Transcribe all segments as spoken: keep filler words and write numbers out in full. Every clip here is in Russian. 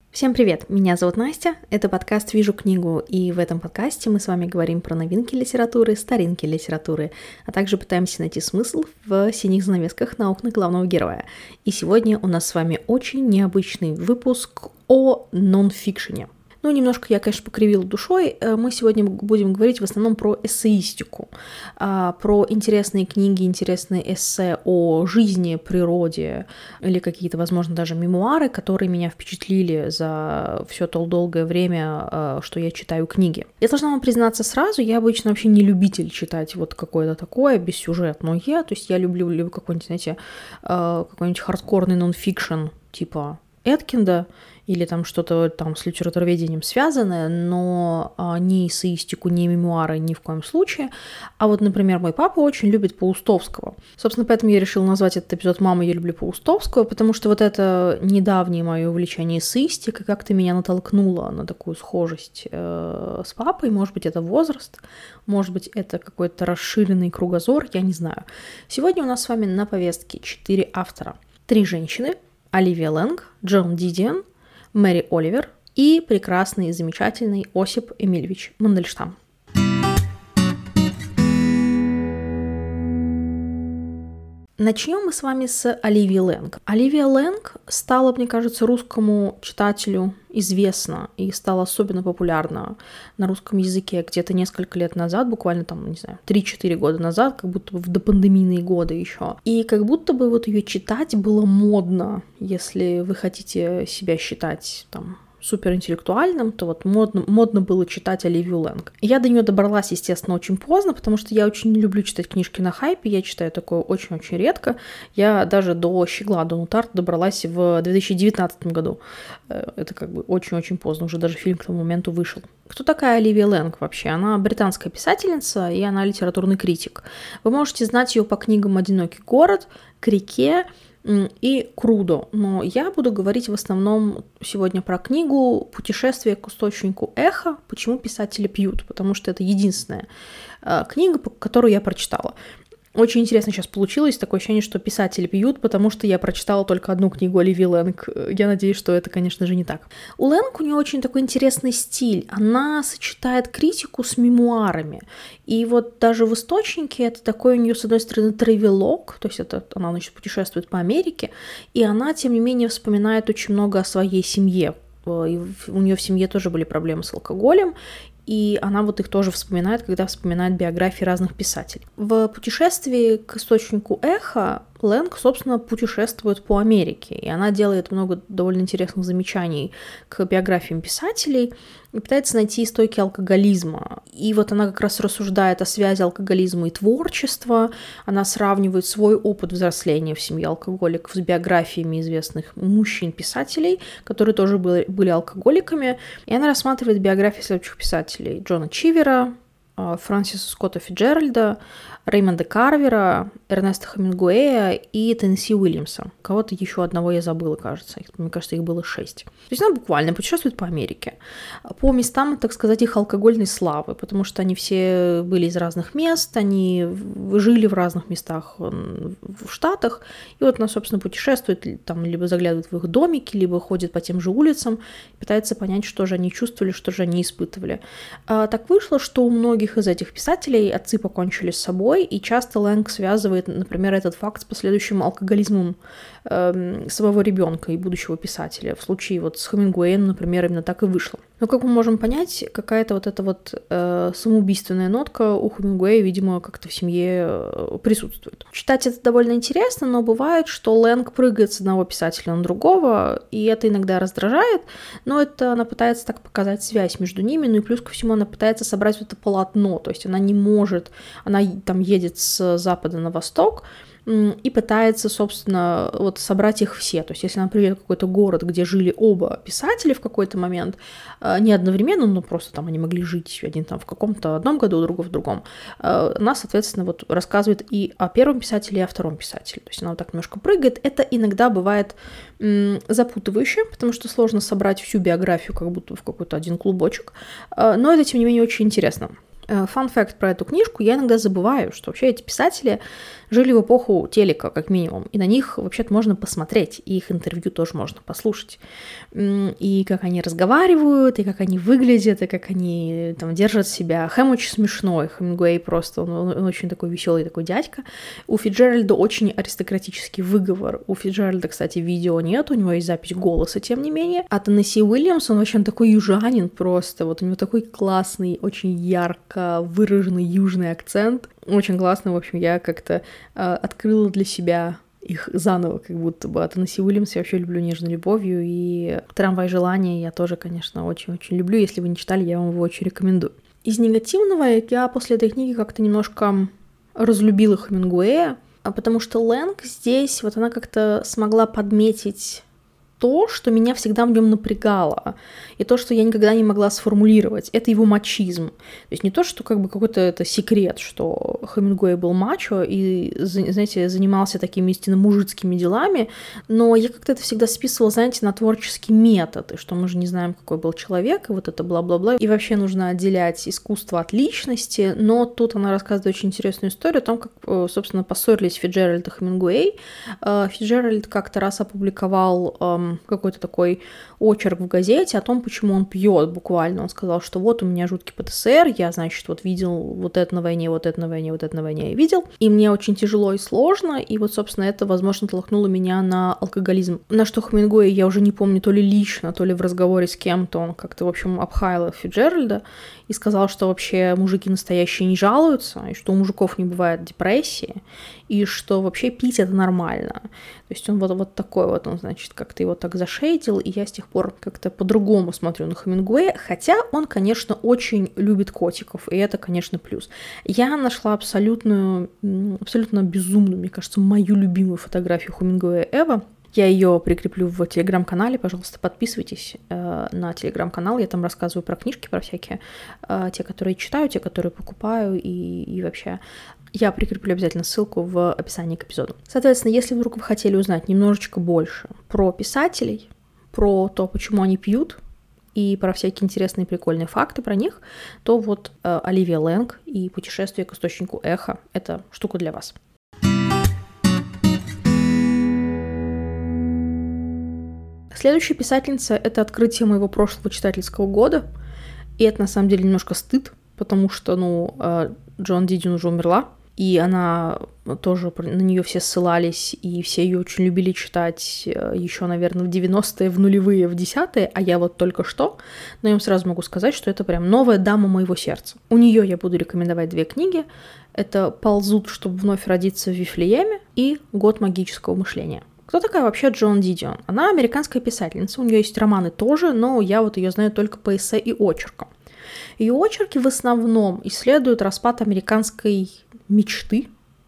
Всем привет, меня зовут Настя, это подкаст «Вижу книгу», и в этом подкасте мы с вами говорим про новинки литературы, старинки литературы, а также пытаемся найти смысл в синих занавесках на окнах главного героя. И сегодня у нас с вами очень необычный выпуск о нон-фикшене. Ну, немножко я, конечно, покривила душой. Мы сегодня будем говорить в основном про эссеистику, про интересные книги, интересные эссе о жизни, природе или какие-то, возможно, даже мемуары, которые меня впечатлили за все то долгое время, что я читаю книги. Я должна вам признаться сразу, я обычно вообще не любитель читать вот какое-то такое бессюжетное, то есть я люблю либо какой-нибудь, знаете, какой-нибудь хардкорный нон-фикшн типа Эткинда, или там что-то там с литературоведением связанное, но а, ни эссеистику, ни мемуары ни в коем случае. А вот, например, мой папа очень любит Паустовского. Собственно, поэтому я решила назвать этот эпизод «Мама, я люблю Паустовского», потому что вот это недавнее мое увлечение эссеистикой как-то меня натолкнуло на такую схожесть э, с папой. Может быть, это возраст, может быть, это какой-то расширенный кругозор, я не знаю. Сегодня у нас с вами на повестке четыре автора. Три женщины: Оливия Лэнг, Джон Дидиан, Мэри Оливер и прекрасный и замечательный Осип Эмильевич Мандельштам. Начнем мы с вами с Оливии Лэнг. Оливия Лэнг стала, мне кажется, русскому читателю известна и стала особенно популярна на русском языке где-то несколько лет назад, буквально там, не знаю, три-четыре года назад, как будто бы в допандемийные годы еще. И как будто бы вот ее читать было модно, если вы хотите себя считать там суперинтеллектуальным, то вот модно, модно было читать Оливию Лэнг. Я до нее добралась, естественно, очень поздно, потому что я очень не люблю читать книжки на хайпе, я читаю такое очень-очень редко. Я даже до «Щегла», до Нутарт добралась в две тысячи девятнадцатом году. Это как бы очень-очень поздно, уже даже фильм к тому моменту вышел. Кто такая Оливия Лэнг вообще? Она британская писательница, и она литературный критик. Вы можете знать ее по книгам «Одинокий город», «К реке» и «Крудо». Но я буду говорить в основном сегодня про книгу «Путешествие к источнику эха. Почему писатели пьют», потому что это единственная книга, которую я прочитала. Очень интересно сейчас получилось, такое ощущение, что писатели пьют, потому что я прочитала только одну книгу Оливии Лэнг. Я надеюсь, что это, конечно же, не так. У Лэнг у нее очень такой интересный стиль. Она сочетает критику с мемуарами. И вот даже в «Источнике» это такой у нее, с одной стороны, травелог, то есть это она, значит, путешествует по Америке, и она, тем не менее, вспоминает очень много о своей семье. И у нее в семье тоже были проблемы с алкоголем, и она вот их тоже вспоминает, когда вспоминает биографии разных писателей. В «Путешествии к источнику эха» Лэнг, собственно, путешествует по Америке, и она делает много довольно интересных замечаний к биографиям писателей и пытается найти истоки алкоголизма. И вот она как раз рассуждает о связи алкоголизма и творчества, она сравнивает свой опыт взросления в семье алкоголиков с биографиями известных мужчин-писателей, которые тоже были, были алкоголиками, и она рассматривает биографии следующих писателей: Джона Чивера, Фрэнсиса Скотта Фитджеральда, Реймонда Карвера, Эрнеста Хемингуэя и Теннесси Уильямса. Кого-то еще одного я забыла, кажется. Мне кажется, их было шесть. То есть она буквально путешествует по Америке. По местам, так сказать, их алкогольной славы, потому что они все были из разных мест, они жили в разных местах в Штатах. И вот она, собственно, путешествует, там либо заглядывает в их домики, либо ходит по тем же улицам, пытается понять, что же они чувствовали, что же они испытывали. А так вышло, что у многих из этих писателей отцы покончили с собой, и часто Лэнг связывает, например, этот факт с последующим алкоголизмом э, самого ребенка и будущего писателя. В случае вот с Хемингуэем, например, именно так и вышло. Но, как мы можем понять, какая-то вот эта вот э, самоубийственная нотка у Хемингуэя, видимо, как-то в семье э, присутствует. Читать это довольно интересно, но бывает, что Лэнг прыгает с одного писателя на другого, и это иногда раздражает, но это она пытается так показать связь между ними, ну и плюс ко всему она пытается собрать вот это полотно, то есть она не может, она там едет с запада на восток и пытается, собственно, вот собрать их все. То есть если она приедет в какой-то город, где жили оба писателя в какой-то момент, не одновременно, но просто там они могли жить один там в каком-то одном году, другой в другом, она, соответственно, вот рассказывает и о первом писателе, и о втором писателе. То есть она вот так немножко прыгает. Это иногда бывает запутывающе, потому что сложно собрать всю биографию как будто в какой-то один клубочек, но это, тем не менее, очень интересно. Фан-факт про эту книжку: я иногда забываю, что вообще эти писатели жили в эпоху телека, как минимум, и на них вообще-то можно посмотреть, и их интервью тоже можно послушать. И как они разговаривают, и как они выглядят, и как они там держат себя. Хэм очень смешной, Хемингуэй просто, он, он очень такой веселый такой дядька. У Фицджеральда очень аристократический выговор. У Фицджеральда, кстати, видео нет, у него есть запись голоса, тем не менее. А Теннесси Уильямс, он вообще такой южанин просто, вот у него такой классный, очень ярко выраженный южный акцент. Очень классно, в общем, я как-то э, открыла для себя их заново, как будто бы. А Теннесси Уильямс я вообще люблю нежной любовью, и «Трамвай желания» я тоже, конечно, очень-очень люблю. Если вы не читали, я вам его очень рекомендую. Из негативного я после этой книги как-то немножко разлюбила Хемингуэя, потому что Лэнг здесь, вот она как-то смогла подметить то, что меня всегда в нем напрягало, и то, что я никогда не могла сформулировать, это его мачизм. То есть не то, что как бы какой-то это секрет, что Хемингуэй был мачо и, знаете, занимался такими истинно мужицкими делами, но я как-то это всегда списывала, знаете, на творческий метод, и что мы же не знаем, какой был человек, и вот это бла-бла-бла, и вообще нужно отделять искусство от личности, но тут она рассказывает очень интересную историю о том, как, собственно, поссорились Фицджеральд и Хемингуэй. Фицджеральд как-то раз опубликовал какой-то такой очерк в газете о том, почему он пьет буквально. Он сказал, что вот у меня жуткий ПТСР, я, значит, вот видел вот это на войне, вот это на войне, вот это на войне я видел, и мне очень тяжело и сложно, и вот, собственно, это, возможно, толкнуло меня на алкоголизм. На что Хемингуэй, я уже не помню, то ли лично, то ли в разговоре с кем-то, он как-то, в общем, обхаял Фицджеральда и сказал, что вообще мужики настоящие не жалуются, и что у мужиков не бывает депрессии, и что вообще пить это нормально. То есть он вот, вот такой вот, он, значит, как-то его так зашейдил, и я с тех пор как-то по-другому смотрю на Хемингуэя, хотя он, конечно, очень любит котиков, и это, конечно, плюс. Я нашла абсолютную, абсолютно безумную, мне кажется, мою любимую фотографию Хемингуэя Эва. Я ее прикреплю в телеграм-канале, пожалуйста, подписывайтесь э, на телеграм-канал, я там рассказываю про книжки, про всякие, э, те, которые читаю, те, которые покупаю, и, и вообще я прикреплю обязательно ссылку в описании к эпизоду. Соответственно, если вдруг вы хотели узнать немножечко больше про писателей, про то, почему они пьют, и про всякие интересные прикольные факты про них, то вот э, Оливия Лэнг и «Путешествие к источнику эха» — это штука для вас. Следующая писательница — это открытие моего прошлого читательского года, и это на самом деле немножко стыд, потому что, ну, Джоан Дидион уже умерла, и она тоже, на нее все ссылались, и все ее очень любили читать еще, наверное, в девяностые, в нулевые, в десятые, а я вот только что, но я вам сразу могу сказать, что это прям новая дама моего сердца. У нее я буду рекомендовать две книги. Это «Ползут, чтобы вновь родиться в Вифлееме» и «Год магического мышления». Кто такая вообще Джоан Дидион? Она американская писательница, у нее есть романы тоже, но я вот ее знаю только по эссе и очеркам. Ее очерки в основном исследуют распад американской мечты,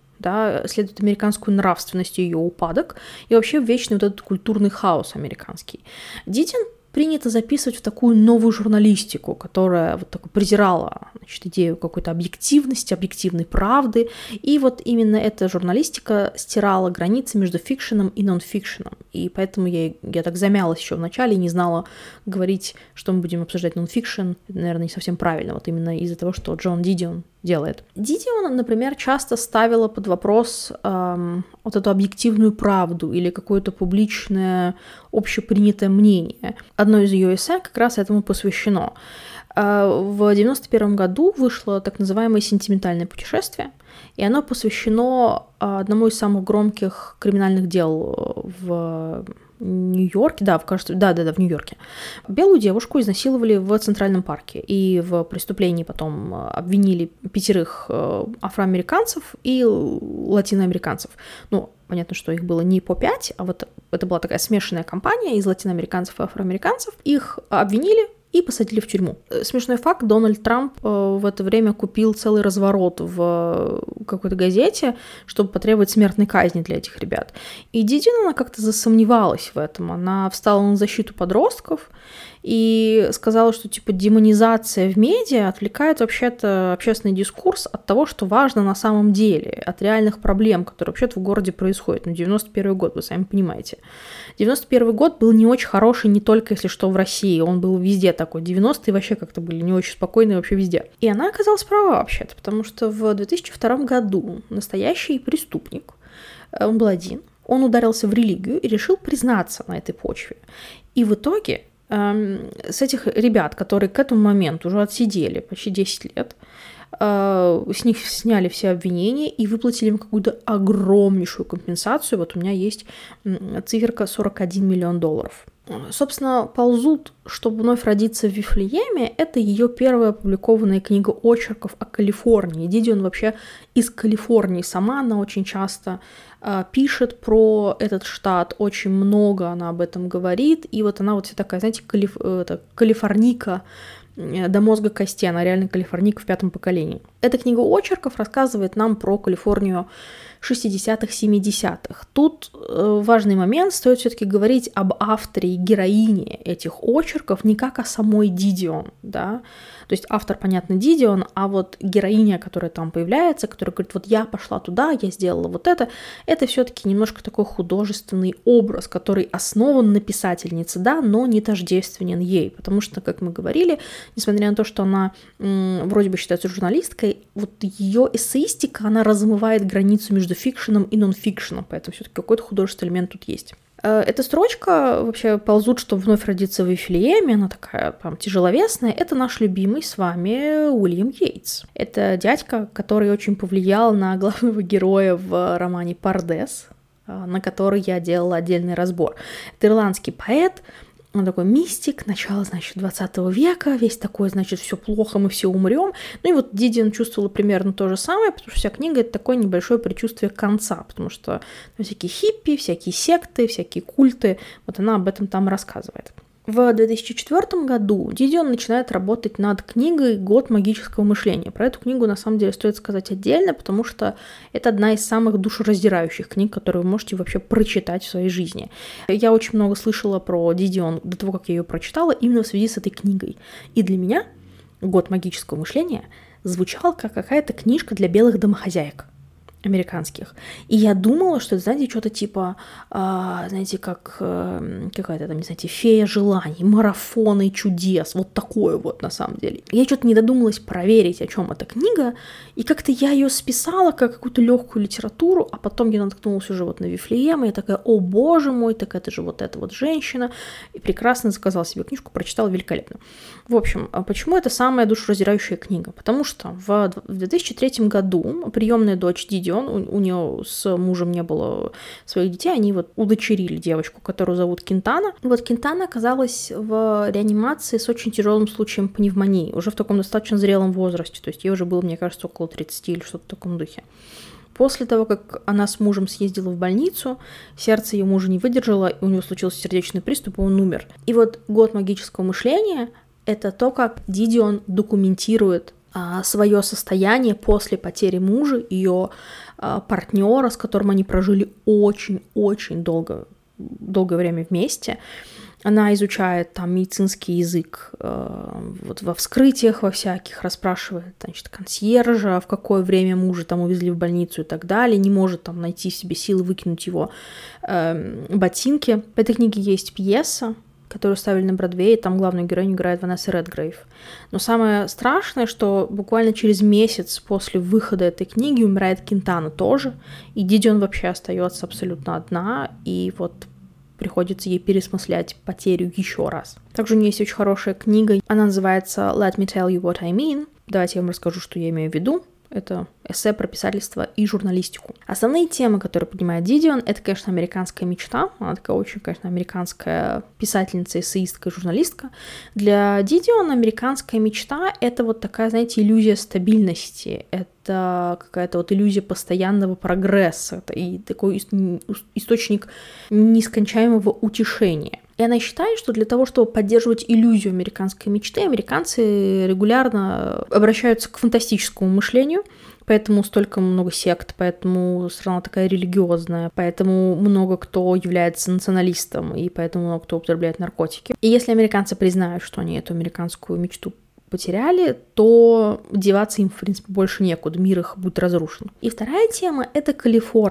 да, исследуют американскую нравственность и ее упадок, и вообще вечный вот этот культурный хаос американский. Дидион принято записывать в такую новую журналистику, которая вот так презирала, значит, идею какой-то объективности, объективной правды, и вот именно эта журналистика стирала границы между фикшеном и нон-фикшеном, и поэтому я, я так замялась еще в начале и не знала говорить, что мы будем обсуждать нон-фикшен, это, наверное, не совсем правильно, вот именно из-за того, что Джоан Дидион делает. Дидион, например, часто ставила под вопрос эм, вот эту объективную правду или какое-то публичное общепринятое мнение. Одно из ее эссе как раз этому посвящено. Э, в девяносто первом году вышло так называемое «Сентиментальное путешествие», и оно посвящено одному из самых громких криминальных дел в Нью-Йорке, да, кажется, да, да, да, в Нью-Йорке. Белую девушку изнасиловали в Центральном парке, и в преступлении потом обвинили пятерых афроамериканцев и латиноамериканцев. Ну, понятно, что их было не по пять, а вот это была такая смешанная компания из латиноамериканцев и афроамериканцев. Их обвинили и посадили в тюрьму. Смешной факт, Дональд Трамп в это время купил целый разворот в какой-то газете, чтобы потребовать смертной казни для этих ребят. И Дидион, она как-то засомневалась в этом. Она встала на защиту подростков и сказала, что типа демонизация в медиа отвлекает вообще-то общественный дискурс от того, что важно на самом деле, от реальных проблем, которые вообще-то в городе происходят. Ну, девяносто первый год, вы сами понимаете. девяносто первый год был не очень хороший не только, если что, в России, он был везде так вот, девяностые вообще как-то были не очень спокойные вообще везде. И она оказалась права вообще-то, потому что в две тысячи втором году настоящий преступник, он был один, он ударился в религию и решил признаться на этой почве. И в итоге эм, с этих ребят, которые к этому моменту уже отсидели почти десять лет, э, с них сняли все обвинения и выплатили им какую-то огромнейшую компенсацию. Вот у меня есть циферка сорок один миллион долларов. Собственно, «Ползут, чтобы вновь родиться в Вифлееме» — это ее первая опубликованная книга очерков о Калифорнии. Дидион вообще из Калифорнии сама, она очень часто э, пишет про этот штат, очень много она об этом говорит, и вот она вот вся такая, знаете, калиф, это, калифорника э, до мозга костей, она реально калифорника в пятом поколении. Эта книга очерков рассказывает нам про Калифорнию шестидесятых, семидесятых. Тут э, важный момент, стоит все-таки говорить об авторе и героине этих очерков, не как о самой Дидион, да, то есть автор, понятно, Дидион, а вот героиня, которая там появляется, которая говорит, вот я пошла туда, я сделала вот это, это все-таки немножко такой художественный образ, который основан на писательнице, да, но не тождественен ей, потому что, как мы говорили, несмотря на то, что она м, вроде бы считается журналисткой, вот ее эссеистика, она размывает границу между фикшеном и нон-фикшеном, поэтому все-таки какой-то художественный элемент тут есть. Эта строчка вообще «Ползут, чтобы вновь родиться в Вифлееме», она такая прям тяжеловесная, это наш любимый с вами Уильям Йейтс. Это дядька, который очень повлиял на главного героя в романе «Пардес», на который я делала отдельный разбор. Это ирландский поэт, он такой мистик, начало, значит, двадцатого века, весь такой, значит, все плохо, мы все умрем. Ну и вот Дидион чувствовала примерно то же самое, потому что вся книга — это такое небольшое предчувствие конца, потому что ну, всякие хиппи, всякие секты, всякие культы, вот она об этом там рассказывает. В две тысячи четвёртом году Дидион начинает работать над книгой «Год магического мышления». Про эту книгу, на самом деле, стоит сказать отдельно, потому что это одна из самых душераздирающих книг, которые вы можете вообще прочитать в своей жизни. Я очень много слышала про Дидион до того, как я ее прочитала, именно в связи с этой книгой. И для меня «Год магического мышления» звучал как какая-то книжка для белых домохозяек американских. И я думала, что это, знаете, что-то типа, э, знаете, как э, какая-то там, не знаете, фея желаний, марафоны чудес, вот такое вот на самом деле. Я что-то не додумалась проверить, о чем эта книга, и как-то я ее списала как какую-то легкую литературу, а потом я наткнулась уже вот на Вифлеем, и я такая, о боже мой, так это же вот эта вот женщина, и прекрасно заказала себе книжку, прочитала великолепно. В общем, почему это самая душераздирающая книга? Потому что в две тысячи третьем году приемная дочь Дидион, у, у нее с мужем не было своих детей, они вот удочерили девочку, которую зовут Кентана. И вот Кентана оказалась в реанимации с очень тяжелым случаем пневмонии, уже в таком достаточно зрелом возрасте, то есть ей уже было, мне кажется, около тридцати или что-то в таком духе. После того, как она с мужем съездила в больницу, сердце ее мужа не выдержало, и у него случился сердечный приступ, и он умер. И вот «Год магического мышления» — это то, как Дидион документирует а, свое состояние после потери мужа, ее а, партнера, с которым они прожили очень-очень долго, долгое время вместе. Она изучает там медицинский язык э, вот во вскрытиях во всяких, расспрашивает, значит, консьержа, в какое время мужа там увезли в больницу и так далее, не может там найти в себе силы выкинуть его э, ботинки. В этой книге есть пьеса, которую ставили на Бродвее, там главную героиню играет Ванесса Редгрейв. Но самое страшное, что буквально через месяц после выхода этой книги умирает Кентана тоже, и Дидион вообще остается абсолютно одна, и вот приходится ей пересмыслять потерю еще раз. Также у нее есть очень хорошая книга, она называется «Let me tell you what I mean». Давайте я вам расскажу, что я имею в виду. Это эссе про писательство и журналистику. Основные темы, которые поднимает Дидион, это, конечно, американская мечта. Она такая очень, конечно, американская писательница, эссеистка и журналистка. Для Дидион американская мечта — это вот такая, знаете, иллюзия стабильности. Это какая-то вот иллюзия постоянного прогресса. Это и такой источник нескончаемого утешения. И она считает, что для того, чтобы поддерживать иллюзию американской мечты, американцы регулярно обращаются к фантастическому мышлению, поэтому столько много сект, поэтому страна такая религиозная, поэтому много кто является националистом, и поэтому много кто употребляет наркотики. И если американцы признают, что они эту американскую мечту потеряли, то деваться им, в принципе, больше некуда, мир их будет разрушен. И вторая тема — это Калифорния.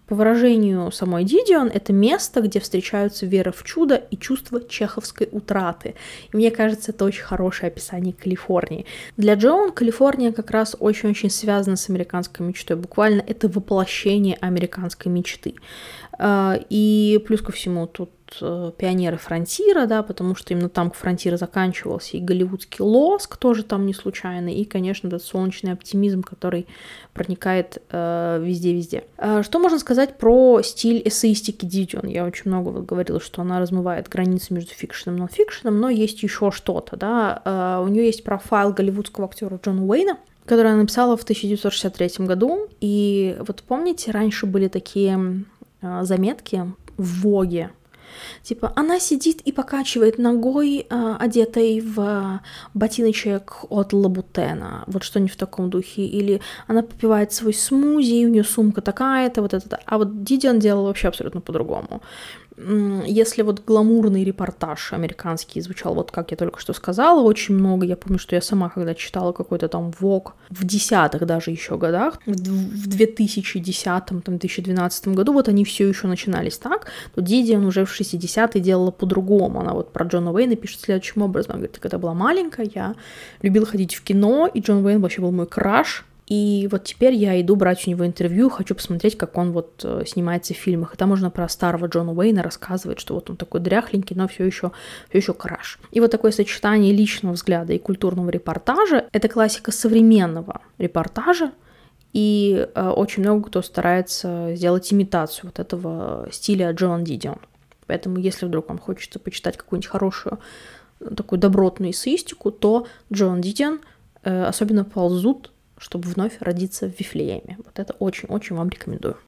По выражению самой Дидион, это место, где встречаются вера в чудо и чувство чеховской утраты. И мне кажется, это очень хорошее описание Калифорнии. Для Джоан Калифорния как раз очень-очень связана с американской мечтой. Буквально это воплощение американской мечты. И плюс ко всему тут пионеры фронтира, да, потому что именно там фронтир заканчивался, и голливудский лоск тоже там не случайно, и, конечно, этот солнечный оптимизм, который проникает э, везде-везде. Э, что можно сказать про стиль эссеистики Дидион? Я очень много вот говорила, что она размывает границы между фикшеном и нон-фикшеном, но есть еще что-то, да. Э, у нее есть профайл голливудского актера Джона Уэйна, который она написала в тысяча девятьсот шестьдесят третьем году, и вот помните, раньше были такие э, заметки в Воге, типа, она сидит и покачивает ногой, э, одетой в ботиночек от Лабутена, вот что-нибудь в таком духе, или она попивает свой смузи, и у нее сумка такая-то, вот это. А вот Дидион делала вообще абсолютно по-другому. Если вот гламурный репортаж американский звучал, вот как я только что сказала, очень много, я помню, что я сама, когда читала какой-то там Vogue в десятых даже еще годах, в две тысячи десятом, там, две тысячи двенадцатом году, вот они все еще начинались так, то Дидион уже в шестидесятые делала по-другому. Она вот про Джона Уэйна пишет следующим образом. Она говорит, когда была маленькая, я любила ходить в кино, и Джон Уэйн вообще был мой краш. И вот теперь я иду брать у него интервью, хочу посмотреть, как он вот э, снимается в фильмах. И там можно про старого Джона Уэйна рассказывать, что вот он такой дряхленький, но все еще, все еще краш. И вот такое сочетание личного взгляда и культурного репортажа — это классика современного репортажа, и э, очень много кто старается сделать имитацию вот этого стиля Джоан Дидион. Поэтому если вдруг вам хочется почитать какую-нибудь хорошую, такую добротную эссеистику, то Джоан Дидион э, особенно ползут, чтобы вновь родиться в Вифлееме. Вот это очень-очень вам рекомендую.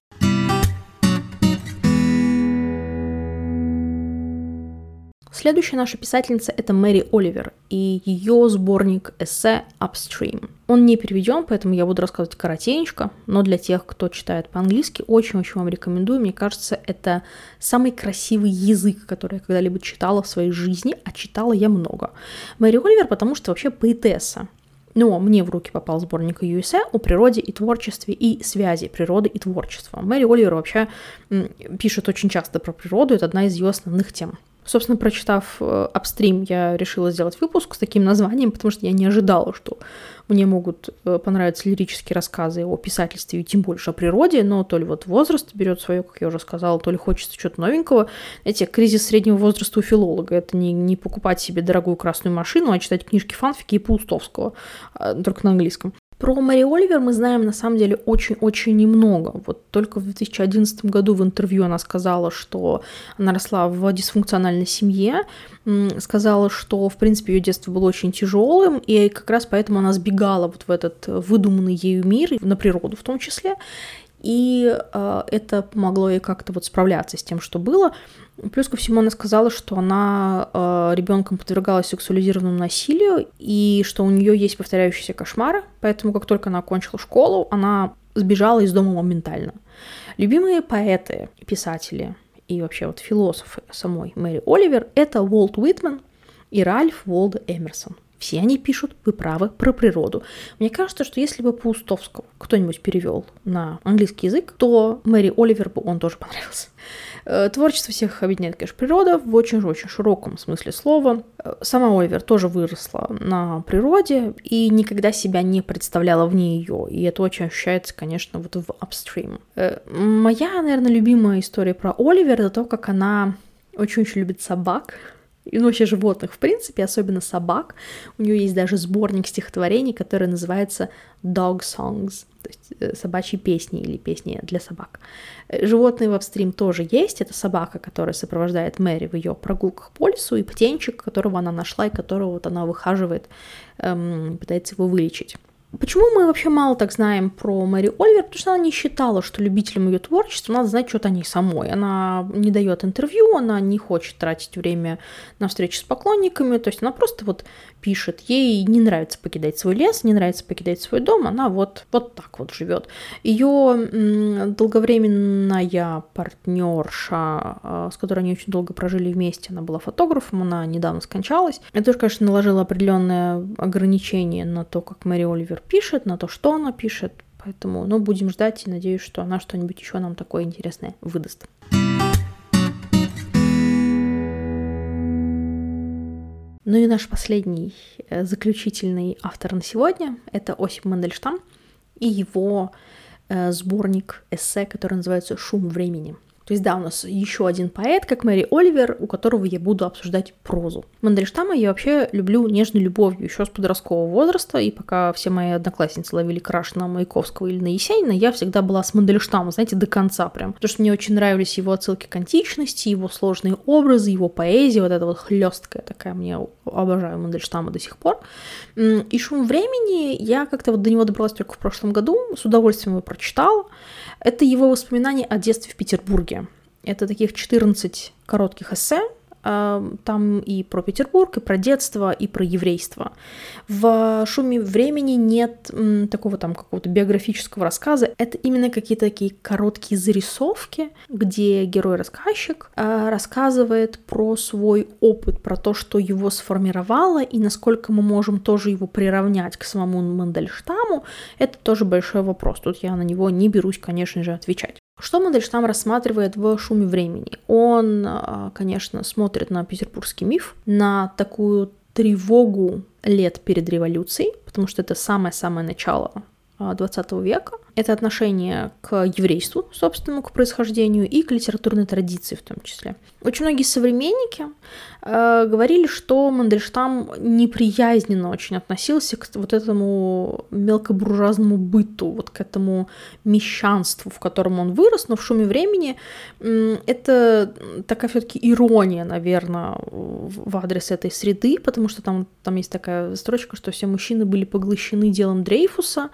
Следующая наша писательница — это Мэри Оливер и ее сборник эссе «Upstream». Он не переведен, поэтому я буду рассказывать коротенько, но для тех, кто читает по-английски, очень-очень вам рекомендую. Мне кажется, это самый красивый язык, который я когда-либо читала в своей жизни, а читала я много. Мэри Оливер, потому что вообще поэтесса. Но мне в руки попал сборник ее эссе о природе и творчестве и связи природы и творчества. Мэри Оливер вообще пишет очень часто про природу, это одна из ее основных тем. Собственно, прочитав «Upstream», я решила сделать выпуск с таким названием, потому что я не ожидала, что мне могут понравиться лирические рассказы о писательстве и тем больше о природе, но то ли вот возраст берет свое, как я уже сказала, то ли хочется чего-то новенького. Знаете, кризис среднего возраста у филолога — это не, не покупать себе дорогую красную машину, а читать книжки фанфики и Паустовского, только на английском. Про Мэри Оливер мы знаем, на самом деле, очень-очень немного. Вот только в две тысячи одиннадцатом году в интервью она сказала, что она росла в дисфункциональной семье, сказала, что, в принципе, ее детство было очень тяжелым, и как раз поэтому она сбегала вот в этот выдуманный ею мир, на природу в том числе, и э, это помогло ей как-то вот справляться с тем, что было. Плюс ко всему она сказала, что она э, ребенком подвергалась сексуализированному насилию, и что у нее есть повторяющиеся кошмары, поэтому как только она окончила школу, она сбежала из дома моментально. Любимые поэты, писатели и вообще вот философы самой Мэри Оливер — это Уолт Уитмен и Ральф Уолдо Эмерсон. Все они пишут, вы правы, про природу. Мне кажется, что если бы Паустовского кто-нибудь перевел на английский язык, то Мэри Оливер бы он тоже понравился. Творчество всех объединяет, конечно, природа в очень-очень широком смысле слова. Сама Оливер тоже выросла на природе и никогда себя не представляла вне ее. И это очень ощущается, конечно, вот в «Upstream». Моя, наверное, любимая история про Оливер — это то, как она очень-очень любит собак. И, ну, вообще животных, в принципе, особенно собак. У нее есть даже сборник стихотворений, который называется «Dog Songs», то есть собачьи песни или песни для собак. Животные в «Upstream» тоже есть. Это собака, которая сопровождает Мэри в ее прогулках по лесу, и птенчик, которого она нашла и которого вот она выхаживает, эм, пытается его вылечить. Почему мы вообще мало так знаем про Мэри Оливер? Потому что она не считала, что любителям ее творчества надо знать что-то о ней самой. Она не дает интервью, она не хочет тратить время на встречи с поклонниками, то есть она просто вот пишет. Ей не нравится покидать свой лес, не нравится покидать свой дом, она вот, вот так вот живет. Ее долговременная партнерша, с которой они очень долго прожили вместе, она была фотографом, она недавно скончалась. Это тоже, конечно, наложило определенное ограничение на то, как Мэри Оливер пишет, на то, что она пишет, Поэтому, ну, будем ждать и надеюсь, что она что-нибудь еще нам такое интересное выдаст. Ну и наш последний заключительный автор на сегодня — это Осип Мандельштам и его э, сборник эссе, который называется «Шум времени». То есть, да, у нас еще один поэт, как Мэри Оливер, у которого я буду обсуждать прозу. Мандельштама я вообще люблю нежной любовью еще с подросткового возраста, и пока все мои одноклассницы ловили краш на Маяковского или на Есенина, я всегда была с Мандельштамом, знаете, до конца прям. Потому что мне очень нравились его отсылки к античности, его сложные образы, его поэзия, вот эта вот хлесткая такая, мне обожаю Мандельштама до сих пор. И «Шум времени» я как-то вот до него добралась только в прошлом году, с удовольствием его прочитала. Это его воспоминания о детстве в Петербурге. Это таких четырнадцать коротких эссе, там и про Петербург, и про детство, и про еврейство. В «Шуме времени» нет такого там какого-то биографического рассказа, это именно какие-то такие короткие зарисовки, где герой-рассказчик рассказывает про свой опыт, про то, что его сформировало, и насколько мы можем тоже его приравнять к самому Мандельштаму, это тоже большой вопрос. Тут я на него не берусь, конечно же, отвечать. Что Мандельштам рассматривает в «Шуме времени»? Он, конечно, смотрит на петербургский миф, на такую тревогу лет перед революцией, потому что это самое-самое начало двадцатого века. Это отношение к еврейству, собственному, к происхождению, и к литературной традиции в том числе. Очень многие современники э, говорили, что Мандельштам неприязненно очень относился к вот этому мелкобуржуазному быту, вот к этому мещанству, в котором он вырос, но в «Шуме времени» э, это такая все-таки ирония, наверное, в адрес этой среды, потому что там, там есть такая строчка, что все мужчины были поглощены делом Дрейфуса,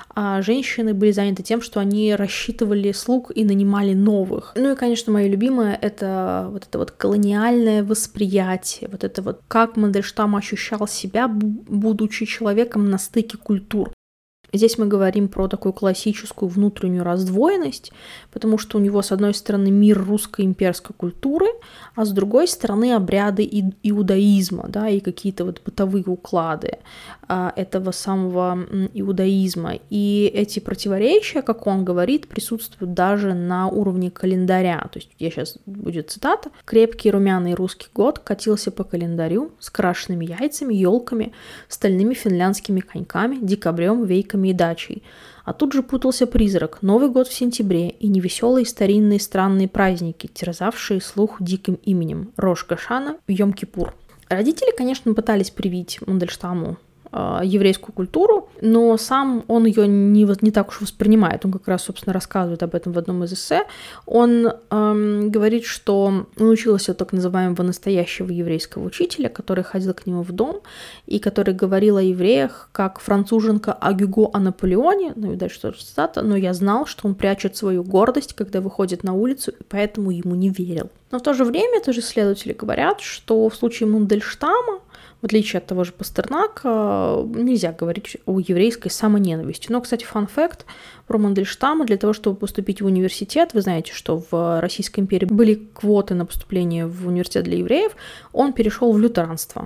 а женщины были заняты тем, что они рассчитывали слуг и нанимали новых. Ну и, конечно, мое любимое — это вот это вот колониальное восприятие, вот это вот как Мандельштам ощущал себя, будучи человеком на стыке культур. Здесь мы говорим про такую классическую внутреннюю раздвоенность, потому что у него, с одной стороны, мир русской имперской культуры, а с другой стороны, обряды иудаизма, да, и какие-то вот бытовые уклады этого самого иудаизма. И эти противоречия, как он говорит, присутствуют даже на уровне календаря. То есть, я сейчас будет цитата: «Крепкий румяный русский год катился по календарю с крашенными яйцами, елками, стальными финляндскими коньками, декабрем, вейками и дачей. А тут же путался призрак, Новый год в сентябре и невеселые старинные странные праздники, терзавшие слух диким именем Рош Гашана в Йом-Кипур». Родители, конечно, пытались привить Мандельштаму э, еврейскую культуру, но сам он ее не, не так уж воспринимает. Он как раз, собственно, рассказывает об этом в одном из эссе. Он эм, говорит, что он учился у так называемого настоящего еврейского учителя, который ходил к нему в дом и который говорил о евреях как француженка о Гюго о Наполеоне, ну и дальше тоже цитата: «Но я знал, что он прячет свою гордость, когда выходит на улицу, и поэтому ему не верил». Но в то же время тоже исследователи говорят, что в случае Мандельштама, в отличие от того же Пастернака, нельзя говорить о еврейской самоненависти. Но, кстати, фан-факт про Мандельштама: для того, чтобы поступить в университет, вы знаете, что в Российской империи были квоты на поступление в университет для евреев, он перешел в лютеранство.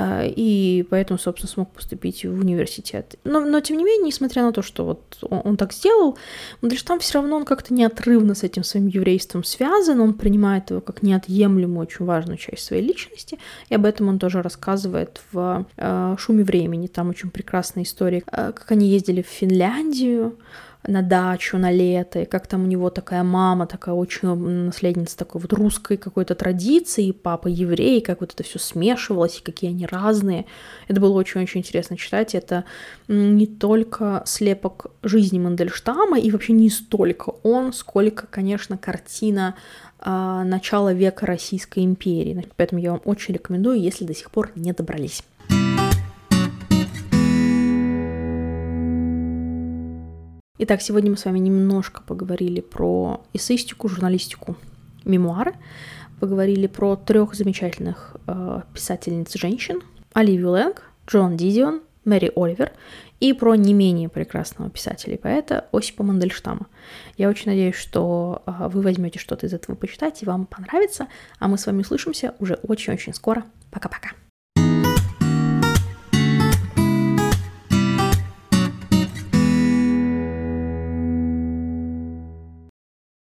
И поэтому, собственно, смог поступить в университет. Но, но тем не менее, несмотря на то, что вот он, он так сделал, Мандельштам все равно он как-то неотрывно с этим своим еврейством связан, он принимает его как неотъемлемую, очень важную часть своей личности, и об этом он тоже рассказывает в э, «Шуме времени». Там очень прекрасная история, э, как они ездили в Финляндию на дачу на лето, и как там у него такая мама, такая очень наследница такой вот русской какой-то традиции, и папа еврей, как вот это все смешивалось, и какие они разные. Это было очень-очень интересно читать. Это не только слепок жизни Мандельштама, и вообще не столько он, сколько, конечно, картина э, начала века Российской империи. Поэтому я вам очень рекомендую, если до сих пор не добрались. Итак, сегодня мы с вами немножко поговорили про эссеистику, журналистику, мемуары, поговорили про трех замечательных э, писательниц женщин: Оливию Лэнг, Джоан Дидион, Мэри Оливер, и про не менее прекрасного писателя и поэта Осипа Мандельштама. Я очень надеюсь, что э, вы возьмете что-то из этого почитать и вам понравится, а мы с вами услышимся уже очень-очень скоро. Пока-пока.